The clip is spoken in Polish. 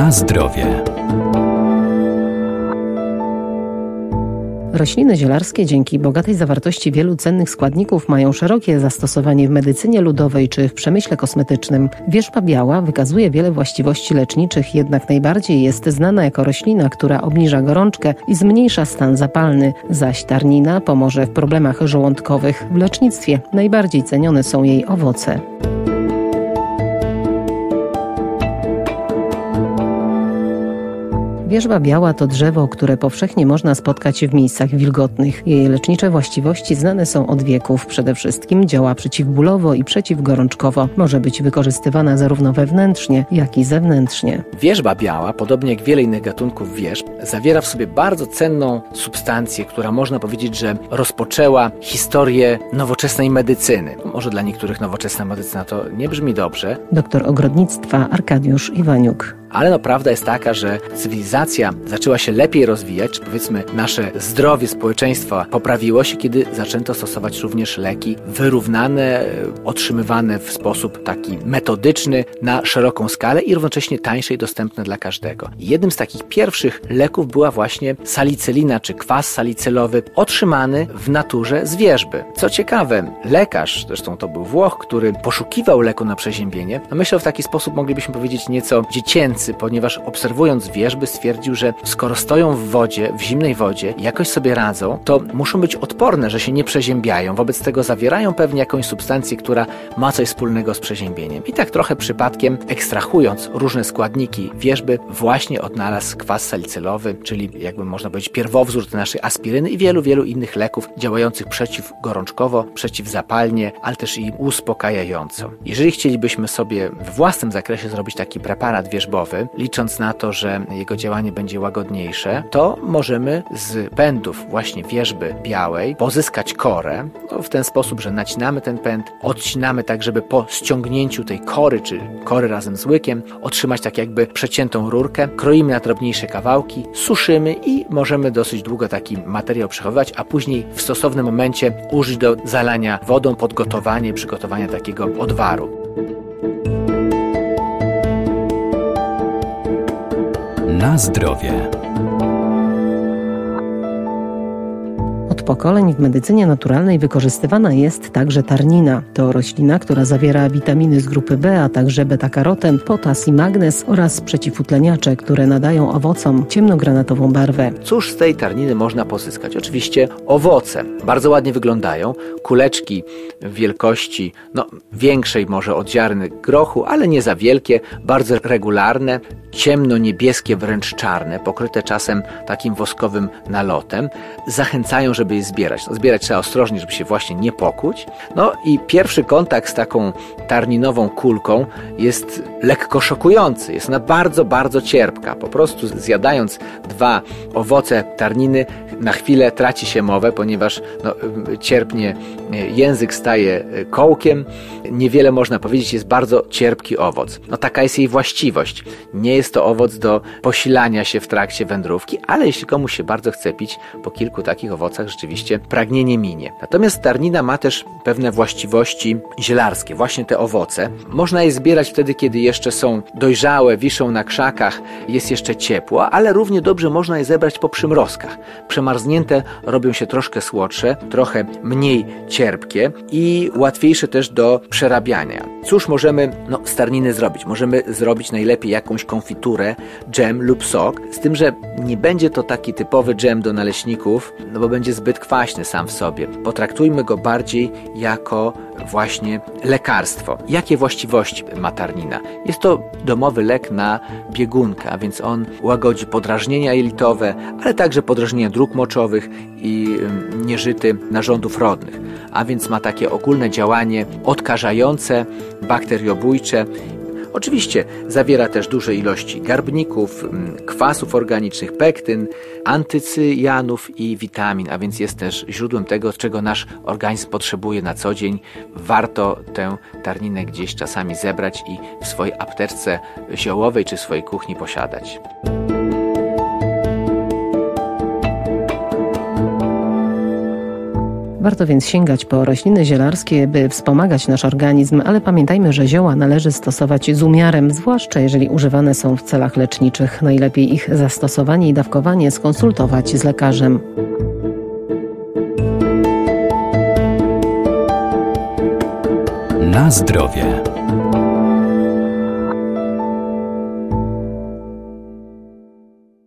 Na zdrowie. Rośliny zielarskie dzięki bogatej zawartości wielu cennych składników mają szerokie zastosowanie w medycynie ludowej czy w przemyśle kosmetycznym. Wierzba biała wykazuje wiele właściwości leczniczych, jednak najbardziej jest znana jako roślina, która obniża gorączkę i zmniejsza stan zapalny, zaś tarnina pomoże w problemach żołądkowych. W lecznictwie najbardziej cenione są jej owoce. Wierzba biała to drzewo, które powszechnie można spotkać w miejscach wilgotnych. Jej lecznicze właściwości znane są od wieków. Przede wszystkim działa przeciwbólowo i przeciwgorączkowo. Może być wykorzystywana zarówno wewnętrznie, jak i zewnętrznie. Wierzba biała, podobnie jak wiele innych gatunków wierzb, zawiera w sobie bardzo cenną substancję, która można powiedzieć, że rozpoczęła historię nowoczesnej medycyny. Może dla niektórych nowoczesna medycyna to nie brzmi dobrze. Doktor ogrodnictwa Arkadiusz Iwaniuk. Ale prawda jest taka, że cywilizacja zaczęła się lepiej rozwijać, czy powiedzmy nasze zdrowie społeczeństwa poprawiło się, kiedy zaczęto stosować również leki wyrównane, otrzymywane w sposób taki metodyczny na szeroką skalę i równocześnie tańsze i dostępne dla każdego. Jednym z takich pierwszych leków była właśnie salicylina, czy kwas salicylowy, otrzymany w naturze z wierzby. Co ciekawe, lekarz, zresztą to był Włoch, który poszukiwał leku na przeziębienie, myślał w taki sposób, moglibyśmy powiedzieć, nieco dziecięcy, ponieważ obserwując wierzby stwierdził, że skoro stoją w wodzie, w zimnej wodzie, jakoś sobie radzą, to muszą być odporne, że się nie przeziębiają. Wobec tego zawierają pewnie jakąś substancję, która ma coś wspólnego z przeziębieniem. I tak trochę przypadkiem, ekstrahując różne składniki wierzby, właśnie odnalazł kwas salicylowy, czyli jakby można powiedzieć pierwowzór tej naszej aspiryny i wielu innych leków działających przeciwgorączkowo, przeciwzapalnie, ale też i uspokajająco. Jeżeli chcielibyśmy sobie w własnym zakresie zrobić taki preparat wierzbowy, licząc na to, że jego działanie będzie łagodniejsze, to możemy z pędów właśnie wierzby białej pozyskać korę, w ten sposób, że nacinamy ten pęd, odcinamy tak, żeby po ściągnięciu tej kory, czy kory razem z łykiem, otrzymać tak jakby przeciętą rurkę, kroimy na drobniejsze kawałki, suszymy i możemy dosyć długo taki materiał przechowywać, a później w stosownym momencie użyć do zalania wodą, podgotowania i przygotowania takiego odwaru. Na zdrowie. Od pokoleń w medycynie naturalnej wykorzystywana jest także tarnina. To roślina, która zawiera witaminy z grupy B, a także beta-karoten, potas i magnez oraz przeciwutleniacze, które nadają owocom ciemnogranatową barwę. Cóż z tej tarniny można pozyskać? Oczywiście owoce. Bardzo ładnie wyglądają. Kuleczki wielkości większej może od ziarny grochu, ale nie za wielkie, bardzo regularne, ciemno-niebieskie, wręcz czarne, pokryte czasem takim woskowym nalotem. Zachęcają, żeby je zbierać. Zbierać trzeba ostrożnie, żeby się właśnie nie pokuć. I pierwszy kontakt z taką tarninową kulką jest lekko szokujący. Jest ona bardzo, bardzo cierpka. Po prostu zjadając 2 owoce tarniny, na chwilę traci się mowę, ponieważ cierpnie język, staje kołkiem. Niewiele można powiedzieć, jest bardzo cierpki owoc. Taka jest jej właściwość. Nie jest to owoc do posilania się w trakcie wędrówki, ale jeśli komuś się bardzo chce pić, po kilku takich owocach rzeczywiście pragnienie minie. Natomiast tarnina ma też pewne właściwości zielarskie, właśnie te owoce. Można je zbierać wtedy, kiedy jeszcze są dojrzałe, wiszą na krzakach, jest jeszcze ciepło, ale równie dobrze można je zebrać po przymrozkach. Przemarznięte robią się troszkę słodsze, trochę mniej cierpkie i łatwiejsze też do przerabiania. Cóż możemy z tarniny zrobić? Możemy zrobić najlepiej jakąś konfiturę, dżem lub sok, z tym, że nie będzie to taki typowy dżem do naleśników, bo będzie zbyt kwaśny sam w sobie. Potraktujmy go bardziej jako właśnie lekarstwo. Jakie właściwości ma tarnina? Jest to domowy lek na biegunkę, a więc on łagodzi podrażnienia jelitowe, ale także podrażnienia dróg moczowych i nieżyty narządów rodnych. A więc ma takie ogólne działanie odkażające, bakteriobójcze. Oczywiście zawiera też duże ilości garbników, kwasów organicznych, pektyn, antycyjanów i witamin, a więc jest też źródłem tego, czego nasz organizm potrzebuje na co dzień. Warto tę tarninę gdzieś czasami zebrać i w swojej apteczce ziołowej czy w swojej kuchni posiadać. Warto więc sięgać po rośliny zielarskie, by wspomagać nasz organizm, ale pamiętajmy, że zioła należy stosować z umiarem, zwłaszcza jeżeli używane są w celach leczniczych. Najlepiej ich zastosowanie i dawkowanie skonsultować z lekarzem. Na zdrowie.